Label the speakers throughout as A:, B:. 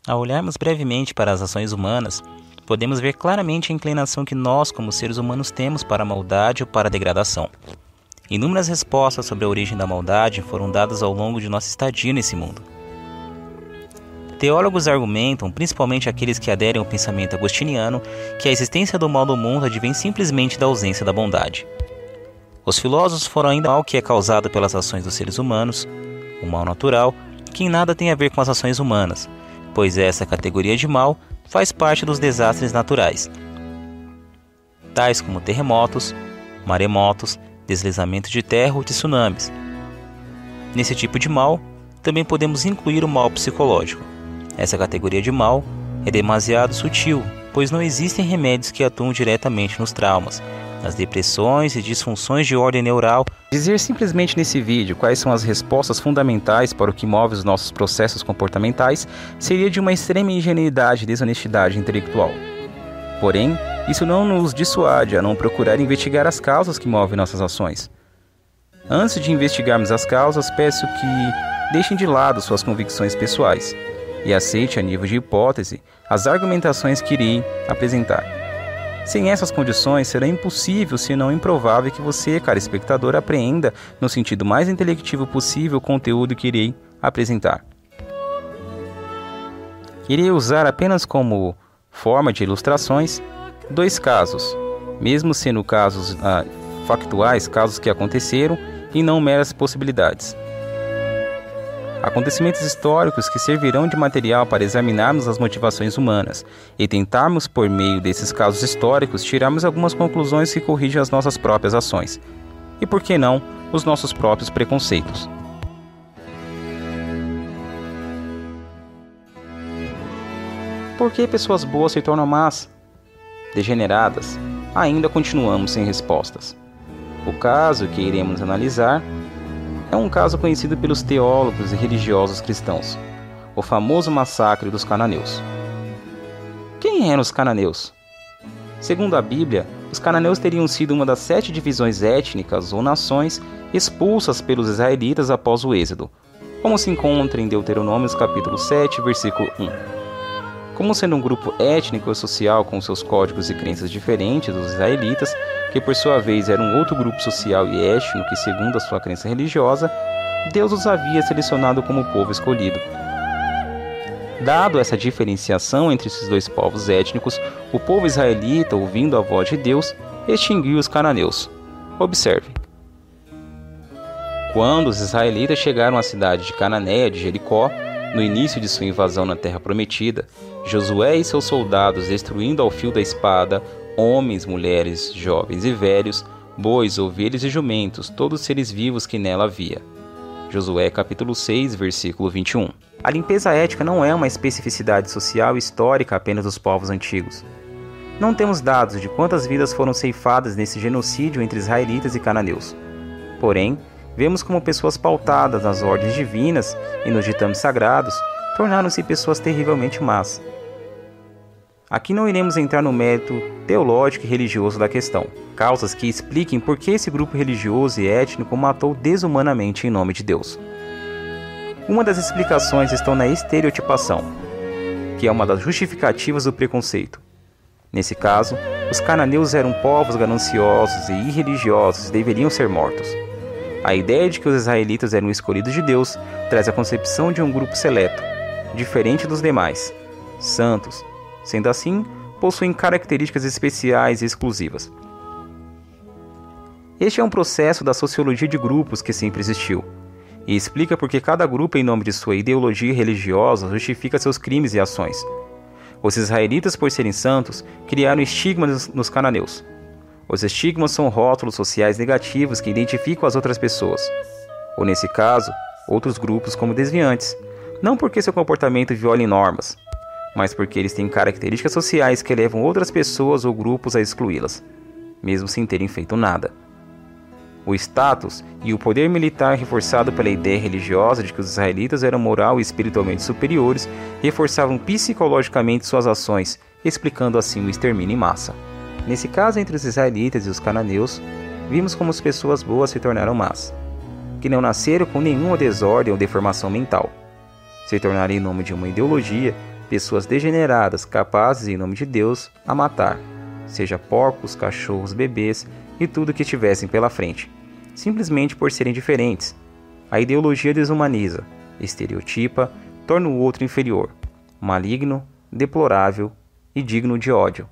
A: Ao olharmos brevemente para as ações humanas, podemos ver claramente a inclinação que nós, como seres humanos, temos para a maldade ou para a degradação. Inúmeras respostas sobre a origem da maldade foram dadas ao longo de nossa estadia nesse mundo. Teólogos argumentam, principalmente aqueles que aderem ao pensamento agostiniano, que a existência do mal no mundo advém simplesmente da ausência da bondade. Os filósofos foram ainda mal que é causado pelas ações dos seres humanos, o mal natural, que em nada tem a ver com as ações humanas, pois essa categoria de mal faz parte dos desastres naturais, tais como terremotos, maremotos, deslizamento de terra ou tsunamis. Nesse tipo de mal, também podemos incluir o mal psicológico. Essa categoria de mal é demasiado sutil, pois não existem remédios que atuam diretamente nos traumas, nas depressões e disfunções de ordem neural. Dizer simplesmente nesse vídeo quais são as respostas fundamentais para o que move os nossos processos comportamentais seria de uma extrema ingenuidade e desonestidade intelectual. Porém, isso não nos dissuade a não procurar investigar as causas que movem nossas ações. Antes de investigarmos as causas, peço que deixem de lado suas convicções pessoais e aceite a nível de hipótese as argumentações que irei apresentar. Sem essas condições, será impossível, se não improvável, que você, caro espectador, apreenda, no sentido mais intelectivo possível, o conteúdo que irei apresentar. Irei usar apenas como forma de ilustrações 2 casos, mesmo sendo casos factuais, casos que aconteceram, e não meras possibilidades. Acontecimentos históricos que servirão de material para examinarmos as motivações humanas e tentarmos, por meio desses casos históricos, tirarmos algumas conclusões que corrigem as nossas próprias ações. E, por que não, os nossos próprios preconceitos. Por que pessoas boas se tornam más? Degeneradas? Ainda continuamos sem respostas. O caso que iremos analisar é um caso conhecido pelos teólogos e religiosos cristãos, o famoso massacre dos cananeus. Quem eram os cananeus? Segundo a Bíblia, os cananeus teriam sido uma das 7 divisões étnicas ou nações expulsas pelos israelitas após o Êxodo, como se encontra em Deuteronômio capítulo 7, versículo 1. Como sendo um grupo étnico e social com seus códigos e crenças diferentes dos israelitas, que por sua vez era um outro grupo social e étnico que, segundo a sua crença religiosa, Deus os havia selecionado como povo escolhido. Dado essa diferenciação entre esses 2 povos étnicos, o povo israelita, ouvindo a voz de Deus, extinguiu os cananeus. Observe. Quando os israelitas chegaram à cidade de Cananéia de Jericó, no início de sua invasão na Terra Prometida, Josué e seus soldados, destruindo ao fio da espada homens, mulheres, jovens e velhos, bois, ovelhas e jumentos, todos os seres vivos que nela havia. Josué capítulo 6, versículo 21. A limpeza étnica não é uma especificidade social e histórica apenas dos povos antigos. Não temos dados de quantas vidas foram ceifadas nesse genocídio entre israelitas e cananeus. Porém, vemos como pessoas pautadas nas ordens divinas e nos ditames sagrados tornaram-se pessoas terrivelmente más. Aqui não iremos entrar no mérito teológico e religioso da questão, causas que expliquem por que esse grupo religioso e étnico matou desumanamente em nome de Deus. Uma das explicações está na estereotipação, que é uma das justificativas do preconceito. Nesse caso, os cananeus eram povos gananciosos e irreligiosos e deveriam ser mortos. A ideia de que os israelitas eram escolhidos de Deus traz a concepção de um grupo seleto, diferente dos demais, santos. Sendo assim, possuem características especiais e exclusivas. Este é um processo da sociologia de grupos que sempre existiu, e explica por que cada grupo, em nome de sua ideologia religiosa, justifica seus crimes e ações. Os israelitas, por serem santos, criaram estigmas nos cananeus. Os estigmas são rótulos sociais negativos que identificam as outras pessoas, ou nesse caso, outros grupos como desviantes, não porque seu comportamento viole normas, mas porque eles têm características sociais que levam outras pessoas ou grupos a excluí-las, mesmo sem terem feito nada. O status e o poder militar reforçado pela ideia religiosa de que os israelitas eram moral e espiritualmente superiores reforçavam psicologicamente suas ações, explicando assim o extermínio em massa. Nesse caso entre os israelitas e os cananeus, vimos como as pessoas boas se tornaram más, que não nasceram com nenhuma desordem ou deformação mental. Se tornaram em nome de uma ideologia pessoas degeneradas capazes, em nome de Deus, a matar, seja porcos, cachorros, bebês e tudo que tivessem pela frente, simplesmente por serem diferentes. A ideologia desumaniza, estereotipa, torna o outro inferior, maligno, deplorável e digno de ódio.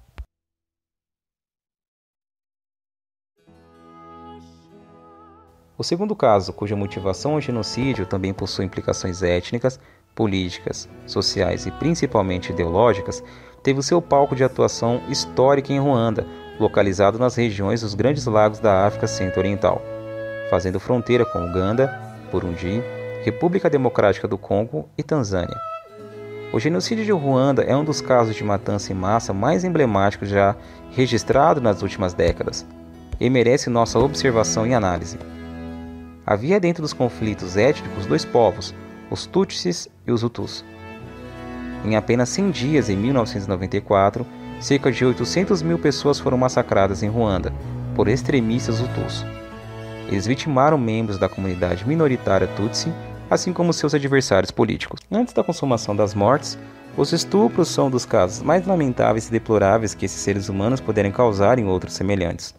A: O segundo caso, cuja motivação ao genocídio também possui implicações étnicas, políticas, sociais e principalmente ideológicas, teve o seu palco de atuação histórica em Ruanda, localizado nas regiões dos Grandes Lagos da África Centro-Oriental, fazendo fronteira com Uganda, Burundi, República Democrática do Congo e Tanzânia. O genocídio de Ruanda é um dos casos de matança em massa mais emblemáticos já registrado nas últimas décadas e merece nossa observação e análise. Havia dentro dos conflitos étnicos dois povos, os Tutsis e os Hutus. Em apenas 100 dias, em 1994, cerca de 800 mil pessoas foram massacradas em Ruanda por extremistas Hutus. Eles vitimaram membros da comunidade minoritária Tutsi, assim como seus adversários políticos. Antes da consumação das mortes, os estupros são um dos casos mais lamentáveis e deploráveis que esses seres humanos puderem causar em outros semelhantes.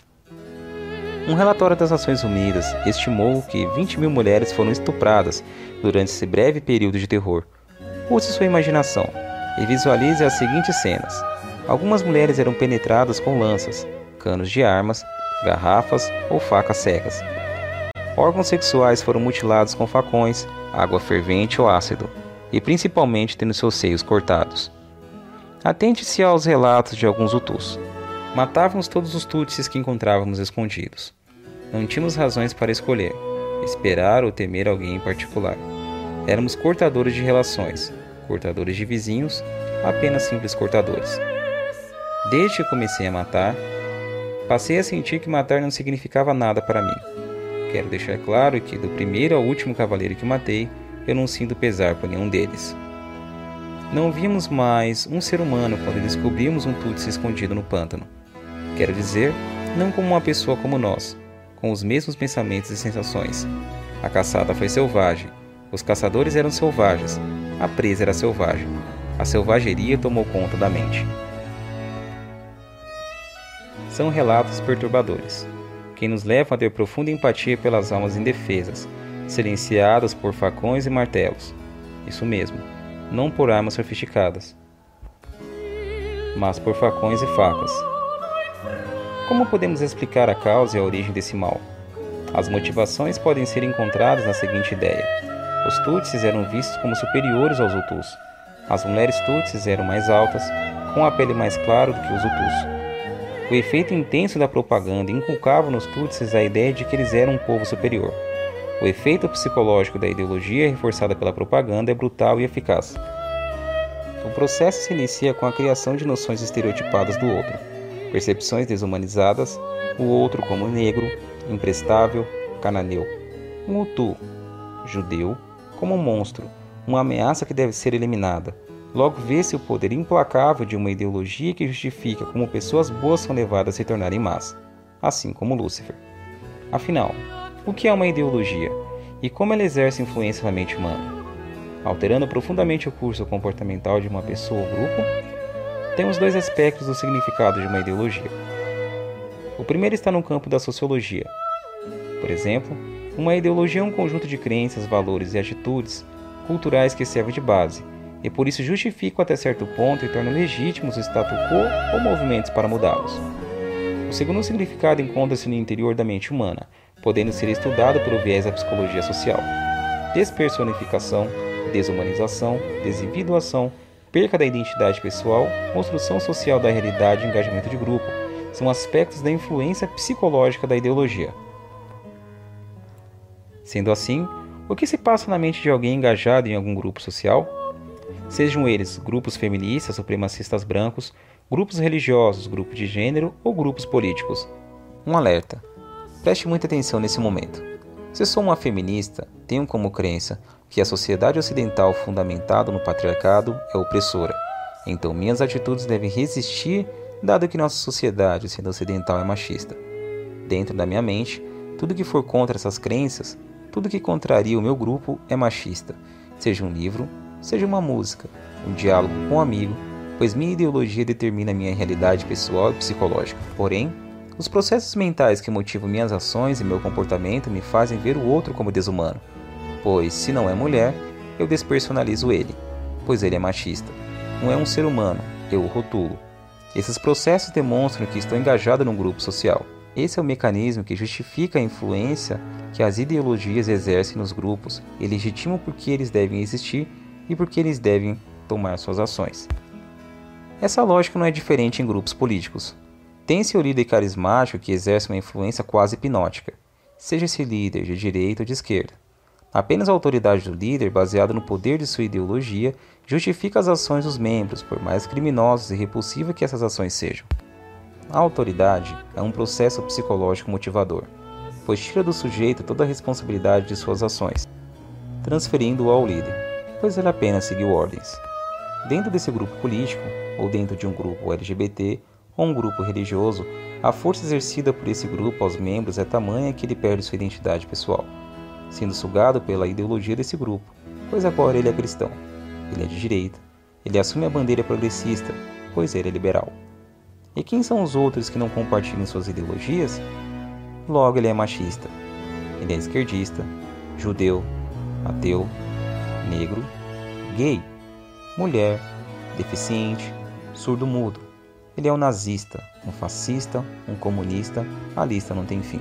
A: Um relatório das Nações Unidas estimou que 20 mil mulheres foram estupradas durante esse breve período de terror. Use sua imaginação e visualize as seguintes cenas. Algumas mulheres eram penetradas com lanças, canos de armas, garrafas ou facas cegas. Órgãos sexuais foram mutilados com facões, água fervente ou ácido, e principalmente tendo seus seios cortados. Atente-se aos relatos de alguns Hutus. Matávamos todos os Tutsis que encontrávamos escondidos. Não tínhamos razões para escolher, esperar ou temer alguém em particular. Éramos cortadores de relações, cortadores de vizinhos, apenas simples cortadores. Desde que comecei a matar, passei a sentir que matar não significava nada para mim. Quero deixar claro que, do primeiro ao último cavaleiro que matei, eu não sinto pesar por nenhum deles. Não vimos mais um ser humano quando descobrimos um Tutsi escondido no pântano. Quero dizer, não como uma pessoa como nós, com os mesmos pensamentos e sensações. A caçada foi selvagem, os caçadores eram selvagens, a presa era selvagem. A selvageria tomou conta da mente. São relatos perturbadores, que nos levam a ter profunda empatia pelas almas indefesas, silenciadas por facões e martelos. Isso mesmo, não por armas sofisticadas, mas por facões e facas. Como podemos explicar a causa e a origem desse mal? As motivações podem ser encontradas na seguinte ideia. Os Tutsis eram vistos como superiores aos Hutus. As mulheres Tutsis eram mais altas, com a pele mais clara do que os Hutus. O efeito intenso da propaganda inculcava nos Tutsis a ideia de que eles eram um povo superior. O efeito psicológico da ideologia reforçada pela propaganda é brutal e eficaz. O processo se inicia com a criação de noções estereotipadas do outro, percepções desumanizadas, o outro como negro, imprestável, cananeu, um Hutu, judeu, como um monstro, uma ameaça que deve ser eliminada. Logo vê-se o poder implacável de uma ideologia que justifica como pessoas boas são levadas a se tornarem más, assim como Lúcifer. Afinal, o que é uma ideologia e como ela exerce influência na mente humana? Alterando profundamente o curso comportamental de uma pessoa ou grupo, temos dois aspectos do significado de uma ideologia. O primeiro está no campo da sociologia. Por exemplo, uma ideologia é um conjunto de crenças, valores e atitudes culturais que servem de base, e por isso justificam até certo ponto e tornam legítimos o status quo ou movimentos para mudá-los. O segundo significado encontra-se no interior da mente humana, podendo ser estudado pelo viés da psicologia social. Despersonificação, desumanização, desindividuação, perca da identidade pessoal, construção social da realidade e engajamento de grupo são aspectos da influência psicológica da ideologia. Sendo assim, o que se passa na mente de alguém engajado em algum grupo social? Sejam eles grupos feministas, supremacistas brancos, grupos religiosos, grupos de gênero ou grupos políticos. Um alerta. Preste muita atenção nesse momento. Se sou uma feminista, tenho como crença que a sociedade ocidental fundamentada no patriarcado é opressora. Então minhas atitudes devem resistir, dado que nossa sociedade, sendo ocidental, é machista. Dentro da minha mente, tudo que for contra essas crenças, tudo que contraria o meu grupo é machista. Seja um livro, seja uma música, um diálogo com um amigo, pois minha ideologia determina minha realidade pessoal e psicológica. Porém, os processos mentais que motivam minhas ações e meu comportamento me fazem ver o outro como desumano, pois, se não é mulher, eu despersonalizo ele, pois ele é machista. Não é um ser humano, eu o rotulo. Esses processos demonstram que estou engajado num grupo social. Esse é o mecanismo que justifica a influência que as ideologias exercem nos grupos e legitimam por que eles devem existir e por que eles devem tomar suas ações. Essa lógica não é diferente em grupos políticos. Tem-se o líder carismático que exerce uma influência quase hipnótica, seja esse líder de direita ou de esquerda. Apenas a autoridade do líder, baseada no poder de sua ideologia, justifica as ações dos membros, por mais criminosas e repulsivas que essas ações sejam. A autoridade é um processo psicológico motivador, pois tira do sujeito toda a responsabilidade de suas ações, transferindo-o ao líder, pois ele apenas seguiu ordens. Dentro desse grupo político, ou dentro de um grupo LGBT, ou um grupo religioso, a força exercida por esse grupo aos membros é tamanha que ele perde sua identidade pessoal, sendo sugado pela ideologia desse grupo, pois agora ele é cristão, ele é de direita, ele assume a bandeira progressista, pois ele é liberal. E quem são os outros que não compartilham suas ideologias? Logo ele é machista, ele é esquerdista, judeu, ateu, negro, gay, mulher, deficiente, surdo-mudo. Ele é um nazista, um fascista, um comunista, a lista não tem fim.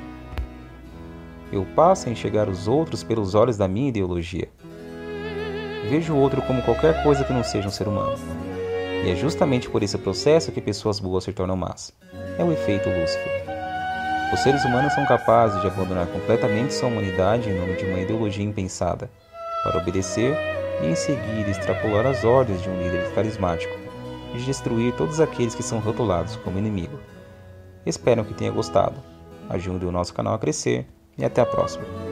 A: Eu passo a enxergar os outros pelos olhos da minha ideologia. Vejo o outro como qualquer coisa que não seja um ser humano. E é justamente por esse processo que pessoas boas se tornam más. É o efeito Lúcifer. Os seres humanos são capazes de abandonar completamente sua humanidade em nome de uma ideologia impensada, para obedecer e em seguida extrapolar as ordens de um líder carismático, e de destruir todos aqueles que são rotulados como inimigo. Espero que tenha gostado. Ajude o nosso canal a crescer e até a próxima.